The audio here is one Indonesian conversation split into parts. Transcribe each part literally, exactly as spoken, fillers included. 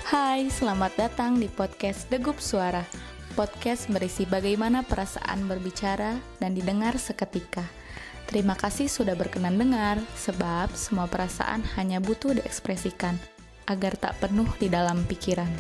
Hai, selamat datang di podcast Degup Suara. Podcast berisi bagaimana perasaan berbicara dan didengar seketika. Terima kasih sudah berkenan dengar, sebab semua perasaan hanya butuh diekspresikan, agar tak penuh di dalam pikiran.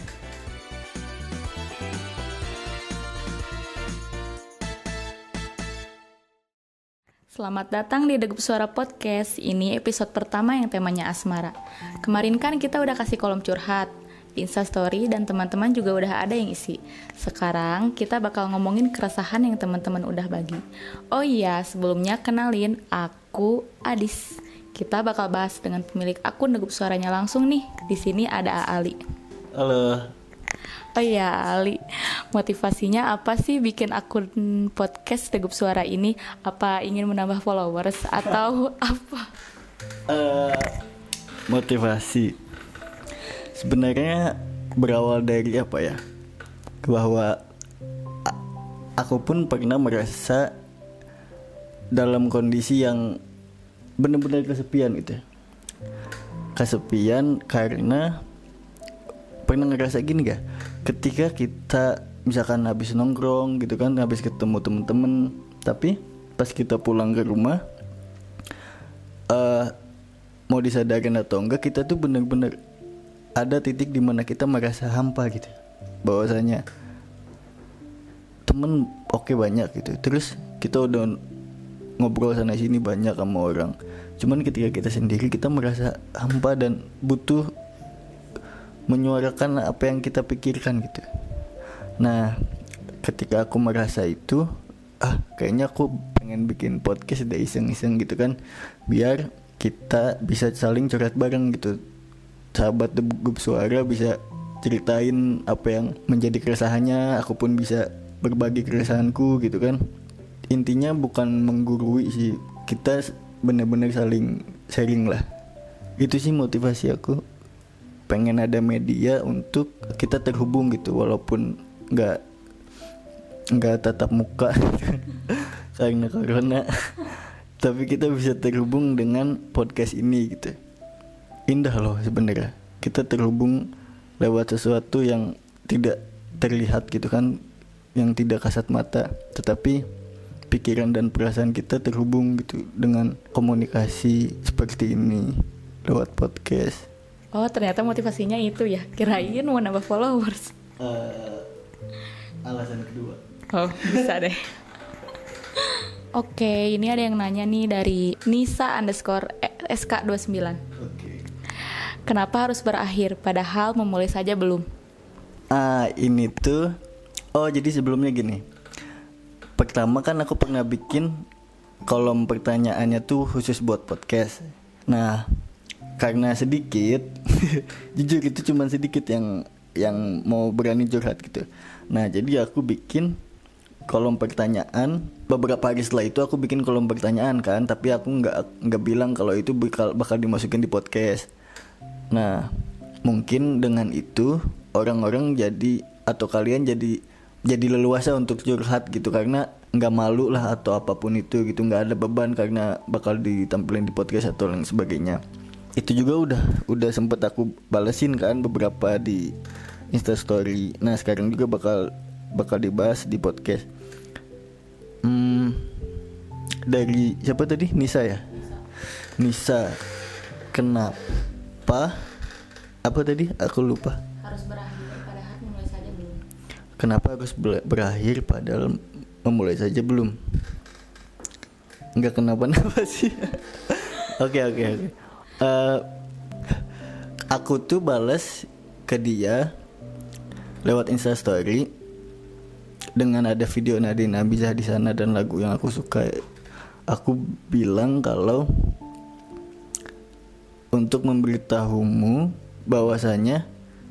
Selamat datang di Degup Suara Podcast. Ini episode pertama yang temanya asmara. Kemarin kan kita udah kasih kolom curhat di Instastory dan teman-teman juga udah ada yang isi. Sekarang kita bakal ngomongin keresahan yang teman-teman udah bagi. Oh iya, sebelumnya kenalin, aku Adis. Kita bakal bahas dengan pemilik akun Degup Suaranya langsung nih. Di sini ada Ali. Halo. Oh iya, Ali. Motivasinya apa sih bikin akun podcast Degup Suara ini? Apa ingin menambah followers atau apa? Uh, motivasi sebenarnya berawal dari apa ya? Bahwa a- aku pun pernah merasa dalam kondisi yang benar-benar kesepian gitu. Kesepian karena pernah ngerasa gini gak? Ketika kita misalkan habis nongkrong gitu kan, habis ketemu temen-temen, tapi pas kita pulang ke rumah, uh, mau disadarin atau enggak, kita tuh bener-bener ada titik di mana kita merasa hampa gitu, bahwasanya temen oke okay, banyak gitu, terus kita udah ngobrol sana sini banyak sama orang, cuman ketika kita sendiri kita merasa hampa dan butuh menyuarakan apa yang kita pikirkan gitu. Nah, ketika aku merasa itu, ah kayaknya aku pengen bikin podcast udah iseng-iseng gitu kan, biar kita bisa saling curhat bareng gitu. Sahabat Degup Suara bisa ceritain apa yang menjadi keresahannya, aku pun bisa berbagi keresahanku gitu kan. Intinya bukan menggurui sih, kita benar-benar saling sharing lah. Itu sih motivasi aku, pengen ada media untuk kita terhubung gitu, walaupun nggak nggak tatap muka karena corona, tapi kita bisa terhubung dengan podcast ini gitu. Indah loh sebenarnya, kita terhubung lewat sesuatu yang tidak terlihat gitu kan, yang tidak kasat mata, tetapi pikiran dan perasaan kita terhubung gitu dengan komunikasi seperti ini lewat podcast. Oh, ternyata motivasinya itu ya. Kirain mau nambah followers. Uh, alasan kedua. Oh, bisa deh. Oke, ini ada yang nanya nih dari Nisa underscore S K dua puluh sembilan. Oke. Kenapa harus berakhir padahal memulai saja belum? Ah, ini tuh, oh jadi sebelumnya gini. Pertama kan aku pernah bikin kolom pertanyaannya tuh khusus buat podcast. Nah, karena sedikit, jujur itu cuma sedikit yang yang mau berani curhat gitu. Nah, jadi aku bikin kolom pertanyaan. Beberapa hari setelah itu aku bikin kolom pertanyaan kan, tapi aku nggak nggak bilang kalau itu bakal bakal dimasukin di podcast. Nah, mungkin dengan itu orang-orang jadi atau kalian jadi jadi leluasa untuk curhat gitu, karena nggak malu lah atau apapun itu gitu, nggak ada beban karena bakal ditampilin di podcast atau lain sebagainya. Itu juga udah udah sempet aku balesin kan beberapa di Instastory. Nah, sekarang juga bakal bakal dibahas di podcast. Hmm, dari siapa tadi? Nisa ya? Nisa. Nisa. Kenapa? Apa tadi? Aku lupa. Harus berakhir padahal memulai saja belum. Kenapa harus berakhir padahal memulai saja belum? Enggak kenapa-napa sih. Oke oke oke. Uh, aku tuh balas ke dia lewat Instastory dengan ada video Nadine Amizah di sana dan lagu yang aku suka. Aku bilang kalau untuk memberitahumu bahwasanya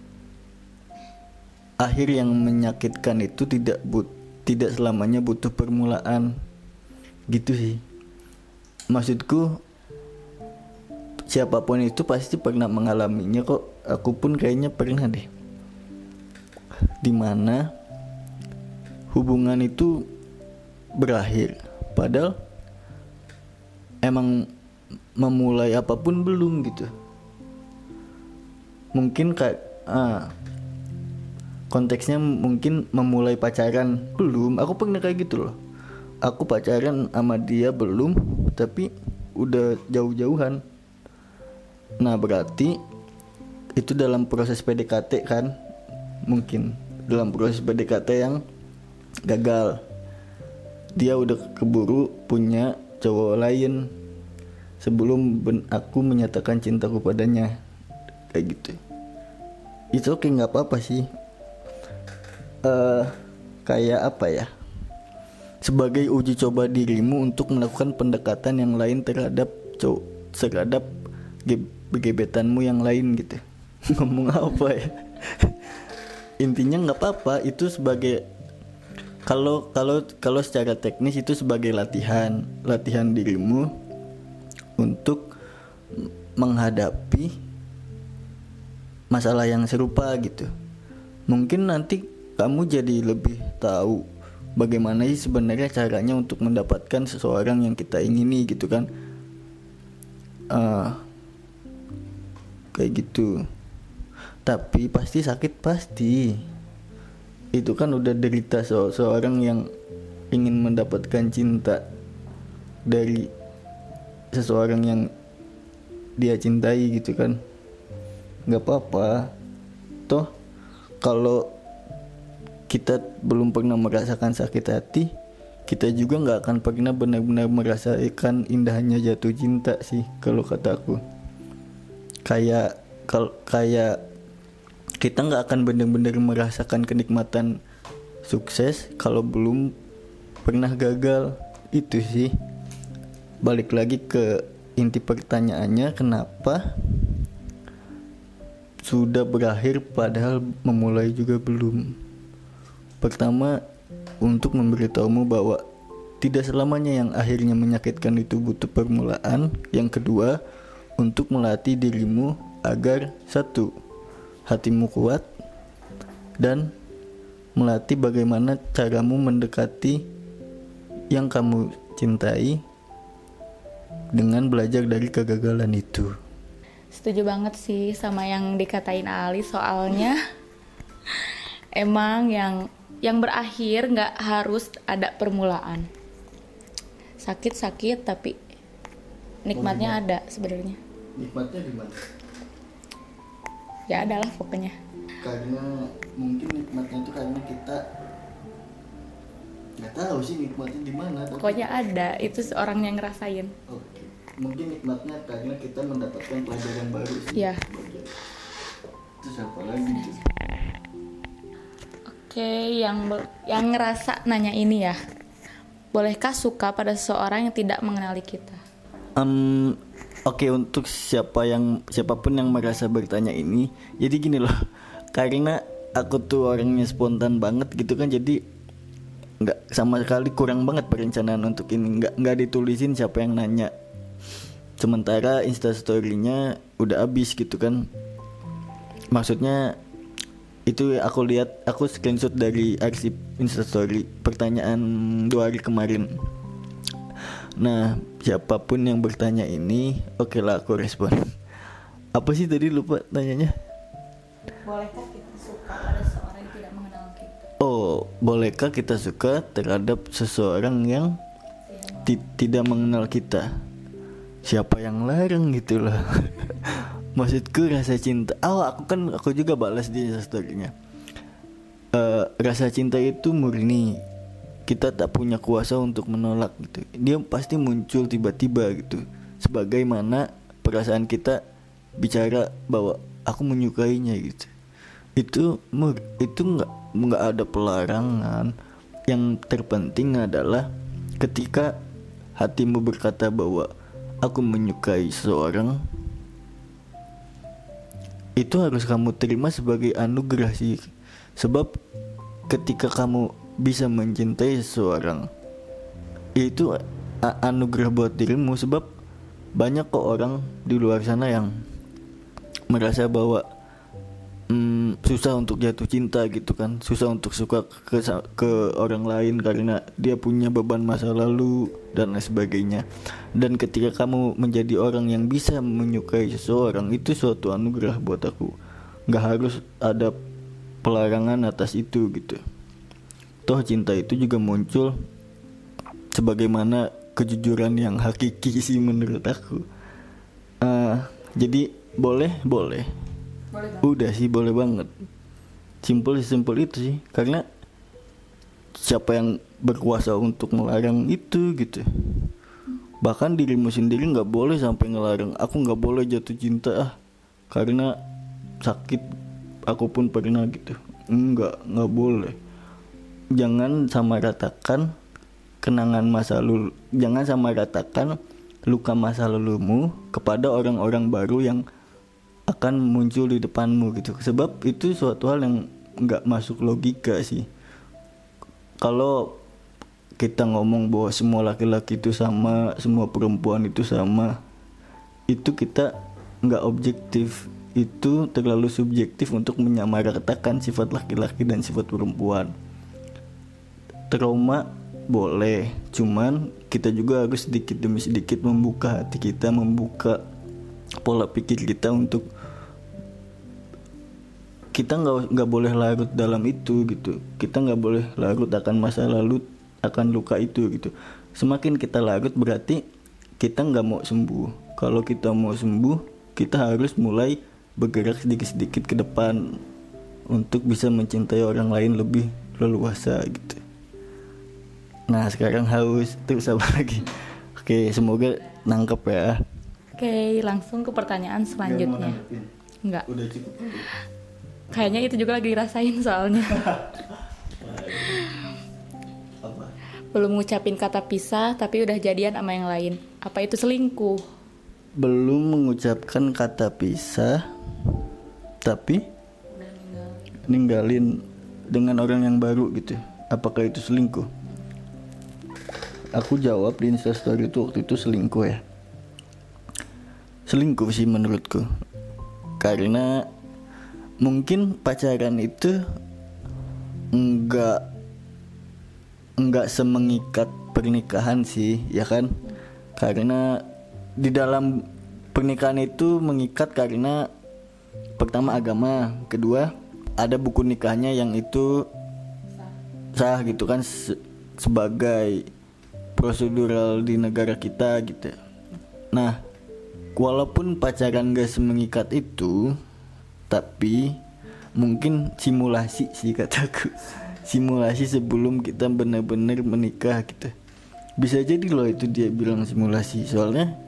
akhir yang menyakitkan itu tidak but, tidak selamanya butuh permulaan. Gitu sih. Maksudku, siapapun itu pasti pernah mengalaminya kok. Aku pun kayaknya pernah deh. Dimana hubungan itu berakhir padahal emang memulai apapun belum gitu. Mungkin kayak ah, konteksnya mungkin memulai pacaran belum. Aku pernah kayak gitu loh. Aku pacaran sama dia belum, tapi udah jauh-jauhan. Nah berarti itu dalam proses P D K T kan, mungkin dalam proses P D K T yang gagal. Dia udah keburu punya cowok lain sebelum ben- aku menyatakan cintaku padanya, kayak gitu. Itu oke, nggak apa-apa sih. Uh, kayak apa ya? Sebagai uji coba dirimu untuk melakukan pendekatan yang lain terhadap cowok, terhadap ge- gebetanmu yang lain gitu. Ngomong apa ya? Intinya nggak apa-apa, itu sebagai kalau kalau kalau secara teknis itu sebagai latihan, latihan dirimu untuk menghadapi masalah yang serupa gitu. Mungkin nanti kamu jadi lebih tahu bagaimana sih sebenarnya caranya untuk mendapatkan seseorang yang kita ingini gitu kan. Uh, kayak gitu. Tapi pasti sakit pasti. Itu kan udah derita so- seorang yang ingin mendapatkan cinta dari seseorang yang dia cintai gitu kan. Gak apa-apa. Toh kalau kita belum pernah merasakan sakit hati, kita juga gak akan pernah benar-benar merasakan indahnya jatuh cinta sih kalau kataku. Kayak kal- kayak kita nggak akan benar-benar merasakan kenikmatan sukses kalau belum pernah gagal. Itu sih, balik lagi ke inti pertanyaannya, kenapa sudah berakhir padahal memulai juga belum. Pertama, untuk memberitahumu bahwa tidak selamanya yang akhirnya menyakitkan itu butuh permulaan. Yang kedua, untuk melatih dirimu agar satu, hatimu kuat, dan melatih bagaimana caramu mendekati yang kamu cintai dengan belajar dari kegagalan itu. Setuju banget sih sama yang dikatain Ali, soalnya emang yang yang berakhir nggak harus ada permulaan. Sakit-sakit tapi nikmatnya oh, ada sebenarnya. Nikmatnya di mana? Ya adalah pokoknya. Karena mungkin nikmatnya itu karena kita nggak tahu sih nikmatnya di mana. Pokoknya ada, itu seorang yang ngerasain. Oke. Mungkin nikmatnya karena kita mendapatkan pelajaran baru sih. Iya. Terus apa lagi tuh? Oke, yang yang ngerasa nanya ini ya. Bolehkah suka pada seseorang yang tidak mengenali kita? Um, Oke, okay, untuk siapa yang siapapun yang merasa bertanya ini, jadi gini loh, karena aku tuh orangnya spontan banget gitu kan, jadi nggak sama sekali kurang banget perencanaan untuk ini, nggak nggak ditulisin siapa yang nanya. Sementara instastory-nya udah habis gitu kan, maksudnya itu aku lihat, aku screenshot dari arsip instastory pertanyaan dua hari kemarin. Nah, siapapun yang bertanya ini, oke lah aku respon. Apa sih tadi lupa tanyanya? Bolehkah kita suka pada seseorang yang tidak mengenal kita? Oh, bolehkah kita suka terhadap seseorang yang ti- tidak mengenal kita? Siapa yang larang gitu loh. Maksudku rasa cinta. Oh, aku kan aku juga balas di story-nya. Uh, rasa cinta itu murni. Kita tak punya kuasa untuk menolak gitu. Dia pasti muncul tiba-tiba gitu. Sebagaimana perasaan kita bicara bahwa aku menyukainya gitu. Itu itu nggak nggak ada pelarangan. Yang terpenting adalah ketika hatimu berkata bahwa aku menyukai seseorang, itu harus kamu terima sebagai anugerah sih. Sebab ketika kamu bisa mencintai seseorang, itu a- anugerah buat dirimu. Sebab banyak kok orang di luar sana yang merasa bahwa hmm, susah untuk jatuh cinta gitu kan, susah untuk suka ke, ke orang lain karena dia punya beban masa lalu dan lain sebagainya. Dan ketika kamu menjadi orang yang bisa menyukai seseorang, itu suatu anugerah buat aku. nggak harus ada pelarangan atas itu gitu. Toh cinta itu juga muncul sebagaimana kejujuran yang hakiki sih menurut aku. Uh, jadi boleh boleh. Boleh Udah sih boleh banget. Simpel simpel itu sih, karena siapa yang berkuasa untuk melarang itu gitu. Bahkan dirimu sendiri nggak boleh sampai ngelarang. Aku nggak boleh jatuh cinta ah karena sakit. Aku pun pernah gitu. Enggak, nggak boleh. Jangan sama ratakan kenangan masa lalu. Jangan sama ratakan luka masa lalumu kepada orang-orang baru yang akan muncul di depanmu gitu. Sebab itu suatu hal yang nggak masuk logika sih. Kalau kita ngomong bahwa semua laki-laki itu sama, semua perempuan itu sama, itu kita nggak objektif. Itu terlalu subjektif untuk menyamaratakan sifat laki-laki dan sifat perempuan. Trauma boleh, cuman kita juga harus sedikit demi sedikit membuka hati kita, membuka pola pikir kita untuk kita nggak nggak boleh larut dalam itu gitu. Kita nggak boleh larut akan masa lalu, akan luka itu gitu. Semakin kita larut berarti kita nggak mau sembuh. Kalau kita mau sembuh, kita harus mulai bergerak sedikit-sedikit ke depan untuk bisa mencintai orang lain lebih leluasa gitu. Nah sekarang haus, terus apa lagi? Oke, semoga nangkep ya. Oke, langsung ke pertanyaan selanjutnya. Enggak. Udah cukup. Kayaknya itu juga lagi dirasain soalnya. Apa? Belum ngucapin kata pisah tapi udah jadian sama yang lain. Apa itu selingkuh? Belum mengucapkan kata pisah tapi ninggalin dengan orang yang baru gitu. Apakah itu selingkuh? Aku jawab di Instastory itu waktu itu selingkuh ya. Selingkuh sih menurutku. Karena mungkin pacaran itu enggak enggak semengikat pernikahan sih, ya kan? Karena di dalam pernikahan itu mengikat karena pertama agama, kedua ada buku nikahnya yang itu sah gitu kan, se- sebagai prosedural di negara kita gitu. Nah, walaupun pacaran gak semengikat itu, tapi mungkin simulasi sih kataku. Simulasi sebelum kita benar-benar menikah gitu. Bisa jadi loh itu dia bilang simulasi. Soalnya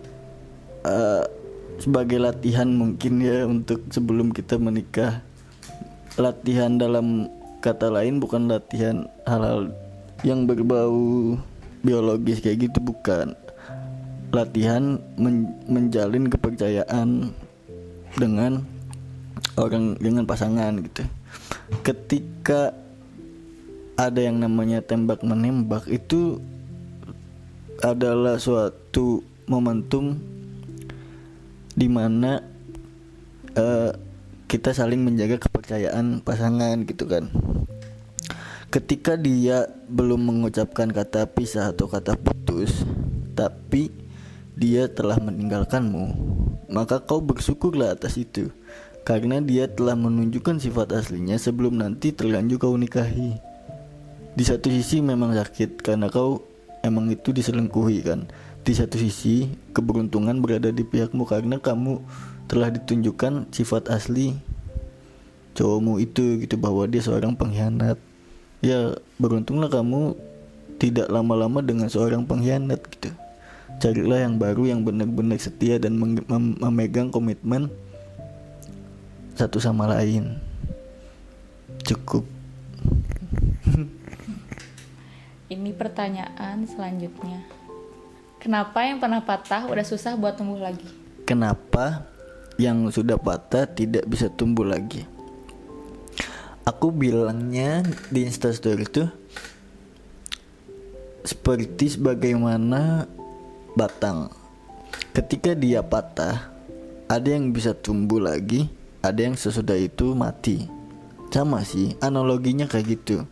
uh, sebagai latihan mungkin ya untuk sebelum kita menikah. Latihan dalam kata lain bukan latihan hal-hal yang berbau biologis kayak gitu, bukan. Latihan men- menjalin kepercayaan dengan orang, dengan pasangan gitu. Ketika ada yang namanya tembak menembak, itu adalah suatu momentum di mana uh, kita saling menjaga kepercayaan pasangan gitu kan. Ketika dia belum mengucapkan kata pisah atau kata putus, tapi dia telah meninggalkanmu, maka kau bersyukurlah atas itu, karena dia telah menunjukkan sifat aslinya sebelum nanti terlanjur kau nikahi. Di satu sisi memang sakit karena kau emang itu diselingkuhi kan. Di satu sisi keberuntungan berada di pihakmu karena kamu telah ditunjukkan sifat asli cowokmu itu gitu, bahwa dia seorang pengkhianat. Ya beruntunglah kamu tidak lama-lama dengan seorang pengkhianat gitu. Carilah yang baru yang benar-benar setia dan mem- mem- memegang komitmen satu sama lain. Cukup. Ini pertanyaan selanjutnya. Kenapa yang pernah patah udah susah buat tumbuh lagi? Kenapa yang sudah patah tidak bisa tumbuh lagi? Aku bilangnya di Instastory itu seperti sebagaimana batang. Ketika dia patah, ada yang bisa tumbuh lagi, ada yang sesudah itu mati. Sama sih, analoginya kayak gitu.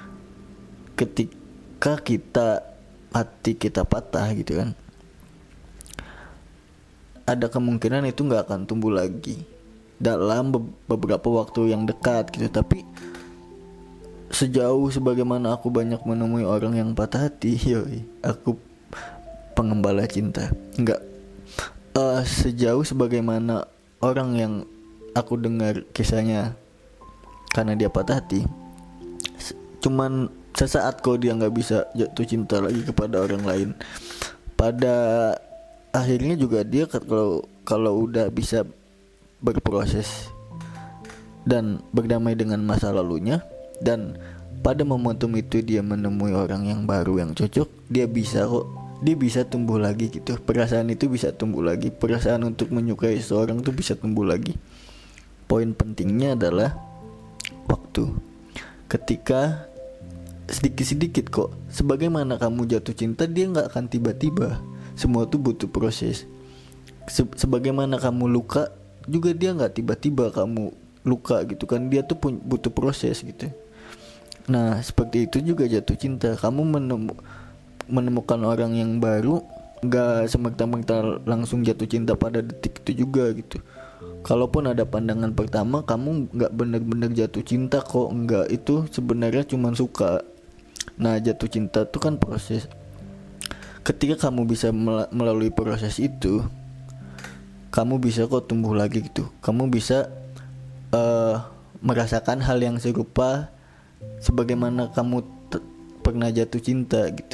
Ketika kita hati kita patah gitu kan, ada kemungkinan itu gak akan tumbuh lagi. dalam be- beberapa waktu yang dekat gitu. Tapi sejauh sebagaimana aku banyak menemui orang yang patah hati, yoi, aku pengembala cinta. Enggak, uh, sejauh sebagaimana orang yang aku dengar kisahnya karena dia patah hati, s- cuman sesaat kok dia nggak bisa jatuh cinta lagi kepada orang lain. Pada akhirnya juga dia kalau kalau udah bisa berproses dan berdamai dengan masa lalunya, dan pada momentum itu dia menemui orang yang baru yang cocok, dia bisa kok, dia bisa tumbuh lagi gitu. Perasaan itu bisa tumbuh lagi, perasaan untuk menyukai seseorang itu bisa tumbuh lagi. Poin pentingnya adalah waktu. Ketika sedikit-sedikit kok, sebagaimana kamu jatuh cinta, dia nggak akan tiba-tiba. Semua tuh butuh proses. Se- sebagaimana kamu luka juga, dia nggak tiba-tiba kamu luka gitu kan, dia tuh pun butuh proses gitu. Nah seperti itu juga jatuh cinta. Kamu menemu, menemukan orang yang baru, nggak semerta-merta langsung jatuh cinta pada detik itu juga gitu. Kalaupun ada pandangan pertama, kamu nggak benar-benar jatuh cinta kok, nggak, itu sebenarnya cuma suka. Nah jatuh cinta itu kan proses. Ketika kamu bisa melalui proses itu, kamu bisa kok tumbuh lagi gitu. Kamu bisa uh, merasakan hal yang serupa sebagaimana kamu t- pernah jatuh cinta gitu.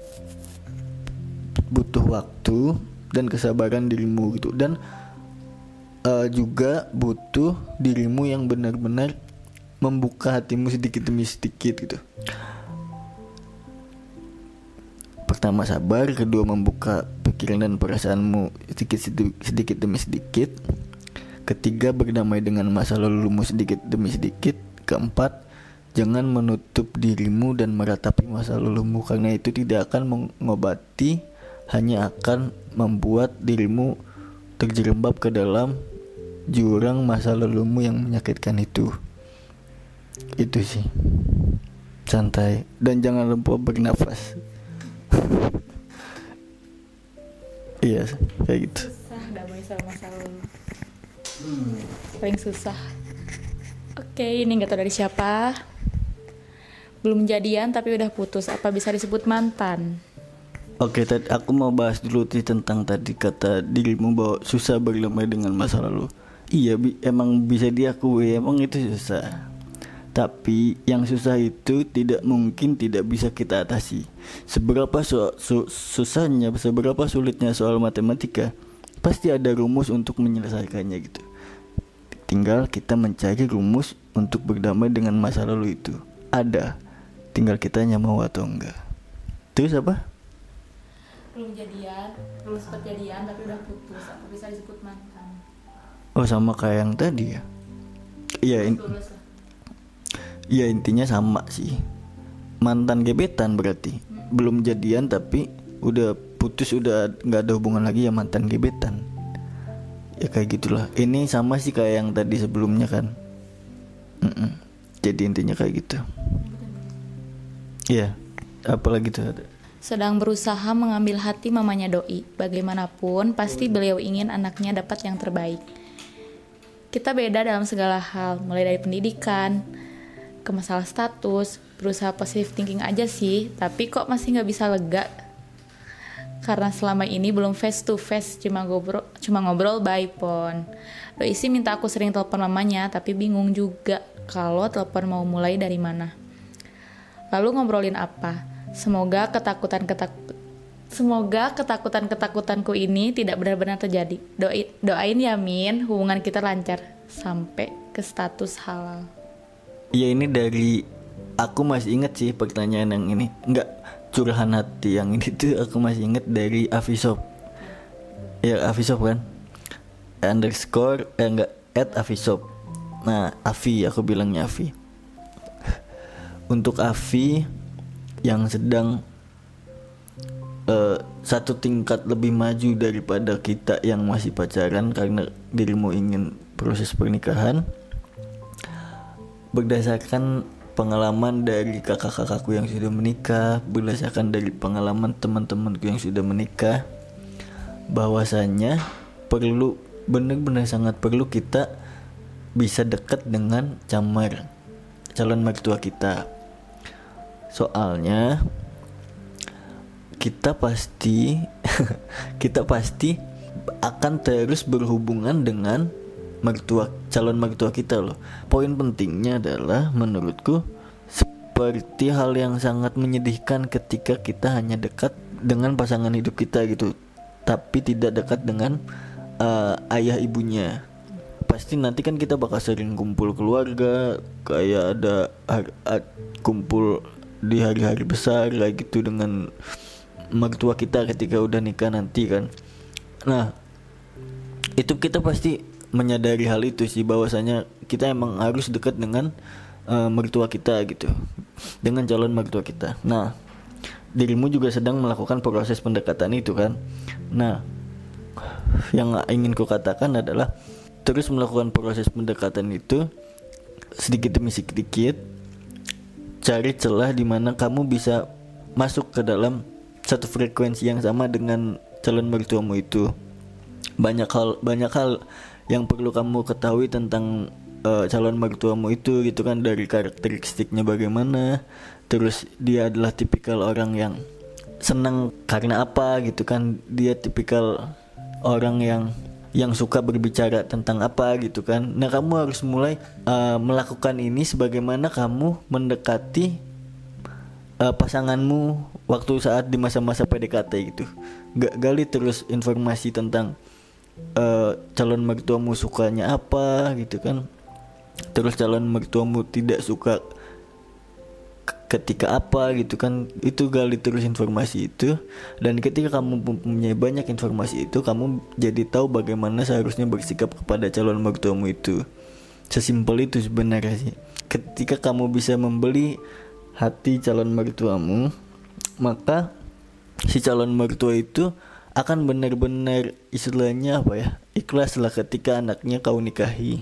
Butuh waktu dan kesabaran dirimu gitu. Dan uh, juga butuh dirimu yang benar-benar membuka hatimu sedikit demi sedikit gitu. Pertama sabar, kedua membuka pikiran dan perasaanmu sedikit sedikit demi sedikit. Ketiga berdamai dengan masa lalumu sedikit demi sedikit. Keempat, jangan menutup dirimu dan meratapi masa lalumu, karena itu tidak akan mengobati, hanya akan membuat dirimu terjerembab ke dalam jurang masa lalumu yang menyakitkan itu. Itu sih. Santai dan jangan lupa bernafas. Iya, kayak gitu. Susah damai sama masa lalu. Hmm. Paling susah. Oke, ini nggak tahu dari siapa. Belum jadian tapi udah putus. Apa bisa disebut mantan? Oke, tadi aku mau bahas dulu sih tentang tadi kata dirimu bahwa susah berdamai dengan masa lalu. Iya, bi- emang bisa diakui, emang itu susah. Tapi yang susah itu tidak mungkin tidak bisa kita atasi. Seberapa su- su- susahnya, seberapa sulitnya soal matematika, pasti ada rumus untuk menyelesaikannya gitu. Tinggal kita mencari rumus untuk berdamai dengan masa lalu itu. Ada, tinggal kitanya mau atau enggak. Terus apa? Belum jadian, belum sempat jadian tapi udah putus. Apa bisa disebut mantan? Oh, sama kayak yang tadi ya. Iya, in- Lulus lah. ya intinya sama sih. Mantan gebetan berarti. Belum jadian tapi udah putus, udah nggak ada hubungan lagi, ya mantan gebetan. Ya kayak gitulah. Ini sama sih kayak yang tadi sebelumnya kan. Mm-mm. Jadi intinya kayak gitu. Iya. Apalagi tuh ada. Sedang berusaha mengambil hati mamanya Doi. Bagaimanapun pasti beliau ingin anaknya dapat yang terbaik. Kita beda dalam segala hal, mulai dari pendidikan ke masalah status. Berusaha positive thinking aja sih, tapi kok masih gak bisa lega. Karena selama ini belum face to face, cuma ngobrol, cuma ngobrol by phone. Doi sih minta aku sering telepon mamanya, tapi bingung juga kalau telepon mau mulai dari mana. Lalu ngobrolin apa? Semoga ketakutan-ketak Semoga ketakutan-ketakutanku ini tidak benar-benar terjadi. Doi, doain ya Min, hubungan kita lancar sampai ke status halal. Ya ini dari aku masih inget sih pertanyaan yang ini. Enggak, curahan hati yang ini tuh aku masih inget dari Afisop. Ya Afisop kan, underscore eh enggak at Afisop. Nah Afi, aku bilangnya Afi. Untuk Afi yang sedang uh, satu tingkat lebih maju daripada kita yang masih pacaran karena dirimu ingin proses pernikahan. Berdasarkan pengalaman dari kakak-kakakku yang sudah menikah, berdasarkan dari pengalaman teman-temanku yang sudah menikah, bahwasanya perlu, benar-benar sangat perlu kita bisa dekat dengan camar calon mertua kita. Soalnya kita pasti kita pasti akan terus berhubungan dengan mertua calon mertua kita loh. Poin pentingnya adalah menurutku seperti hal yang sangat menyedihkan ketika kita hanya dekat dengan pasangan hidup kita gitu, tapi tidak dekat dengan uh, ayah ibunya. Pasti nanti kan kita bakal sering kumpul keluarga, kayak ada har- har- kumpul di hari-hari besar kayak gitu dengan mertua kita ketika udah nikah nanti kan. Nah, itu kita pasti menyadari hal itu sih, bahwasanya kita emang harus dekat dengan uh, mertua kita gitu, dengan calon mertua kita. Nah, dirimu juga sedang melakukan proses pendekatan itu kan. Nah, yang ingin ku katakan adalah terus melakukan proses pendekatan itu sedikit demi sedikit, cari celah di mana kamu bisa masuk ke dalam satu frekuensi yang sama dengan calon mertuamu itu. Banyak hal banyak hal yang perlu kamu ketahui tentang uh, calon mertuamu itu gitu kan, dari karakteristiknya bagaimana, terus dia adalah tipikal orang yang senang karena apa gitu kan, dia tipikal orang yang yang suka berbicara tentang apa gitu kan. Nah, kamu harus mulai uh, melakukan ini sebagaimana kamu mendekati uh, pasanganmu waktu saat di masa-masa P D K T gitu. G- gali terus informasi tentang uh, calon mertuamu sukanya apa gitu kan, terus calon mertuamu tidak suka ketika apa gitu kan. Itu gali terus informasi itu, dan ketika kamu mempunyai banyak informasi itu, kamu jadi tahu bagaimana seharusnya bersikap kepada calon mertuamu itu. Sesimpel itu sebenarnya sih. Ketika kamu bisa membeli hati calon mertuamu, maka si calon mertua itu akan benar-benar istilahnya apa ya, ikhlas lah ketika anaknya kau nikahi.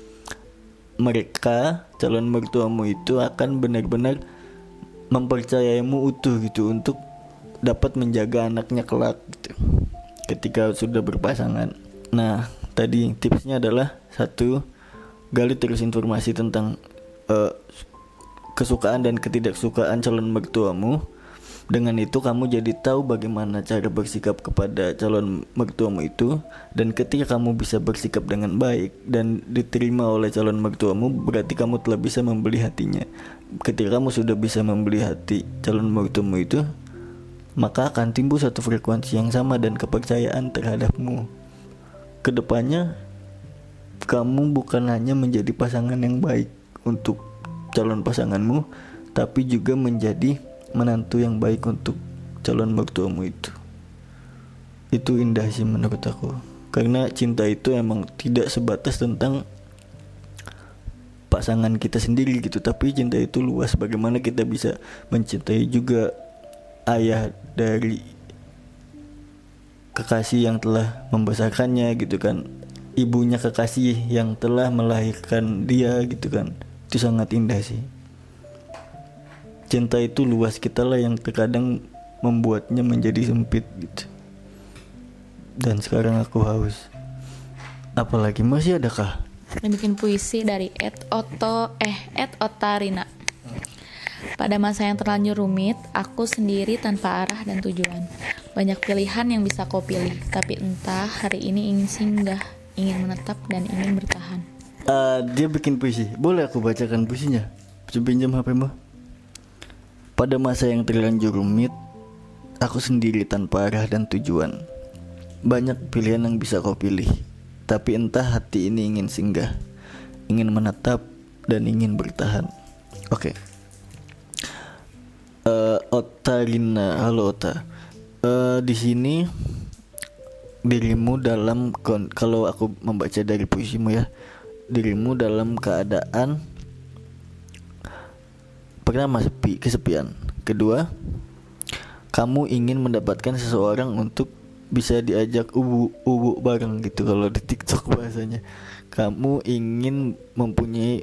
Mereka calon mertuamu itu akan benar-benar mempercayaimu utuh gitu untuk dapat menjaga anaknya kelak gitu, ketika sudah berpasangan. Nah, tadi tipsnya adalah satu, gali terus informasi tentang uh, kesukaan dan ketidaksukaan calon mertuamu. Dengan itu kamu jadi tahu bagaimana cara bersikap kepada calon mertuamu itu, dan ketika kamu bisa bersikap dengan baik dan diterima oleh calon mertuamu, berarti kamu telah bisa membeli hatinya. Ketika kamu sudah bisa membeli hati calon mertuamu itu, maka akan timbul satu frekuensi yang sama dan kepercayaan terhadapmu. Kedepannya kamu bukan hanya menjadi pasangan yang baik untuk calon pasanganmu, tapi juga menjadi menantu yang baik untuk calon mertuamu itu. Itu indah sih menurut aku, karena cinta itu emang tidak sebatas tentang pasangan kita sendiri gitu, tapi cinta itu luas. Bagaimana kita bisa mencintai juga ayah dari kekasih yang telah membesarkannya gitu kan, ibunya kekasih yang telah melahirkan dia gitu kan. Itu sangat indah sih. Cinta itu luas, kita lah yang terkadang membuatnya menjadi sempit gitu. Dan sekarang aku haus. Apalagi masih adakah? Ini bikin puisi dari Ed Otto eh Ed Otarina. Pada masa yang terlanjur rumit, aku sendiri tanpa arah dan tujuan. Banyak pilihan yang bisa kau pilih, tapi entah hari ini ingin singgah, ingin menetap dan ingin bertahan. Uh, dia bikin puisi. Boleh aku bacakan puisinya? Pinjam H P-mu. Pada masa yang terlanjur rumit, aku sendiri tanpa arah dan tujuan. Banyak pilihan yang bisa kau pilih, tapi entah hati ini ingin singgah, ingin menetap dan ingin bertahan. Oke. Okay. Uh, Otarina, halo Ota. Uh, di sini dirimu dalam kon- kalau aku membaca dari puisimu ya, dirimu dalam keadaan pertama sepi, kesepian. Kedua, kamu ingin mendapatkan seseorang untuk bisa diajak ubu-ubu bareng gitu kalau di TikTok bahasanya. Kamu ingin mempunyai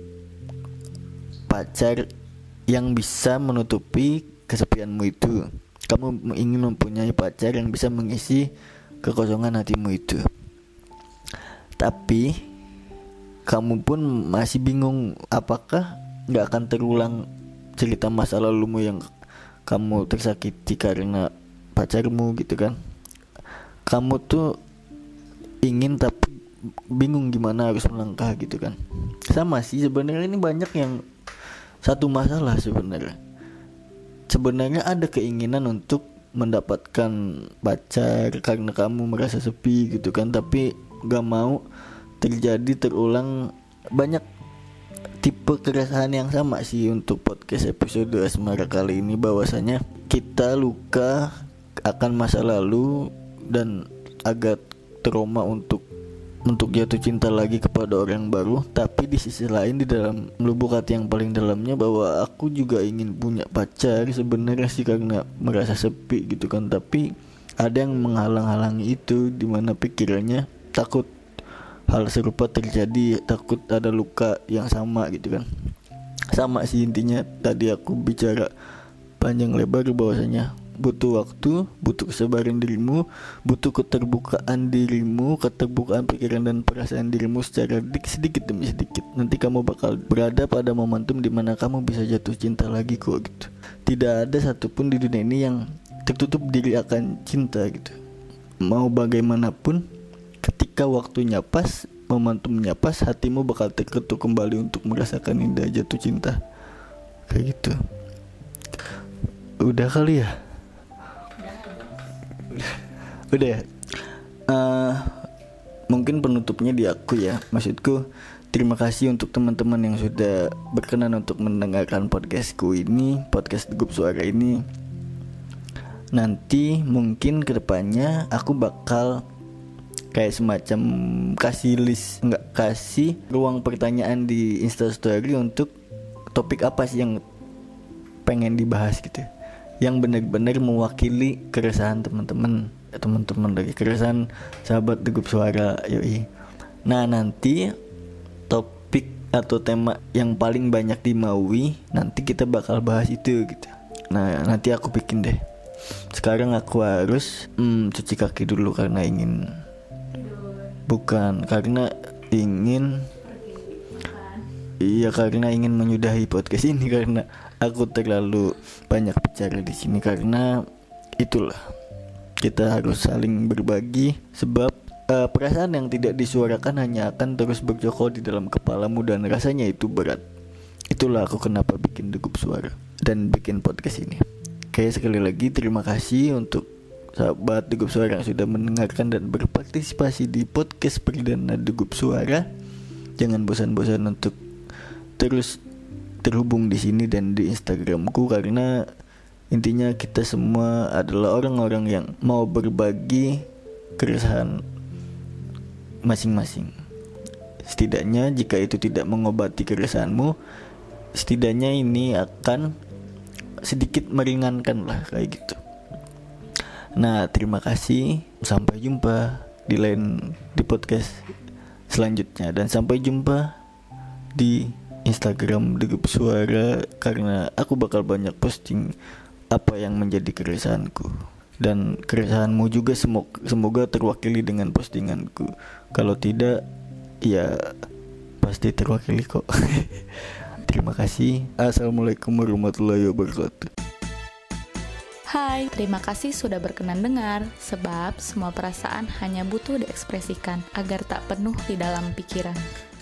pacar yang bisa menutupi kesepianmu itu. Kamu ingin mempunyai pacar yang bisa mengisi kekosongan hatimu itu. Tapi kamu pun masih bingung apakah nggak akan terulang cerita masa lalumu yang kamu tersakiti karena pacarmu gitu kan. Kamu tuh ingin tapi bingung gimana harus melangkah gitu kan. Sama sih sebenarnya, ini banyak yang satu masalah sebenarnya. Sebenarnya ada keinginan untuk mendapatkan pacar karena kamu merasa sepi gitu kan, tapi gak mau terjadi terulang banyak tipe keresahan yang sama sih. Untuk podcast episode Asmara kali ini bahwasanya kita luka akan masa lalu dan agak trauma untuk untuk jatuh cinta lagi kepada orang baru. Tapi di sisi lain, di dalam lubuk hati yang paling dalamnya, bahwa aku juga ingin punya pacar sebenarnya sih karena merasa sepi gitu kan. Tapi ada yang menghalang-halangi itu, dimana pikirannya takut hal serupa terjadi, takut ada luka yang sama gitu kan. Sama sih intinya, tadi aku bicara panjang lebar bahwasanya butuh waktu, butuh kesabaran dirimu, butuh keterbukaan dirimu, keterbukaan pikiran dan perasaan dirimu secara sedikit demi sedikit. Nanti kamu bakal berada pada momentum di mana kamu bisa jatuh cinta lagi kok gitu. Tidak ada satupun di dunia ini yang tertutup diri akan cinta gitu. Mau bagaimanapun, ketika waktunya pas, momentumnya pas, hatimu bakal terketuk kembali untuk merasakan indah jatuh cinta. Kayak gitu. Udah kali ya? Udah ya? Uh, mungkin penutupnya di aku ya. Maksudku, terima kasih untuk teman-teman yang sudah berkenan untuk mendengarkan podcastku ini, podcast Degup Suara ini. Nanti mungkin kedepannya aku bakal kayak semacam kasih list, enggak, kasih ruang pertanyaan di Instastory untuk topik apa sih yang pengen dibahas gitu, yang benar-benar mewakili keresahan teman-teman, teman-teman dari keresahan sahabat Degup Suara. Yoi. Nah, nanti topik atau tema yang paling banyak dimaui, nanti kita bakal bahas itu gitu. Nah, nanti aku bikin deh. Sekarang aku harus hmm, cuci kaki dulu karena ingin Bukan, karena ingin Iya, karena ingin menyudahi podcast ini karena aku terlalu banyak bicara di sini. Karena itulah, kita harus saling berbagi. Sebab uh, perasaan yang tidak disuarakan hanya akan terus bercokol di dalam kepalamu dan rasanya itu berat. Itulah aku kenapa bikin Degup Suara dan bikin podcast ini. Kayak sekali lagi terima kasih untuk sahabat Degup Suara yang sudah mendengarkan dan berpartisipasi di podcast perdana Degup Suara. Jangan bosan-bosan untuk terus terhubung di sini dan di Instagramku, karena intinya kita semua adalah orang-orang yang mau berbagi keresahan masing-masing. Setidaknya jika itu tidak mengobati keresahanmu, setidaknya ini akan sedikit meringankan lah, kayak gitu. Nah, terima kasih. Sampai jumpa di lain di podcast selanjutnya, dan sampai jumpa di Instagram Degup Suara, karena aku bakal banyak posting apa yang menjadi keresahanku, dan keresahanmu juga semoga, semoga terwakili dengan postinganku. Kalau tidak, ya pasti terwakili kok. Terima kasih. Assalamualaikum warahmatullahi wabarakatuh. Hai, terima kasih sudah berkenan dengar, sebab semua perasaan hanya butuh diekspresikan agar tak penuh di dalam pikiran.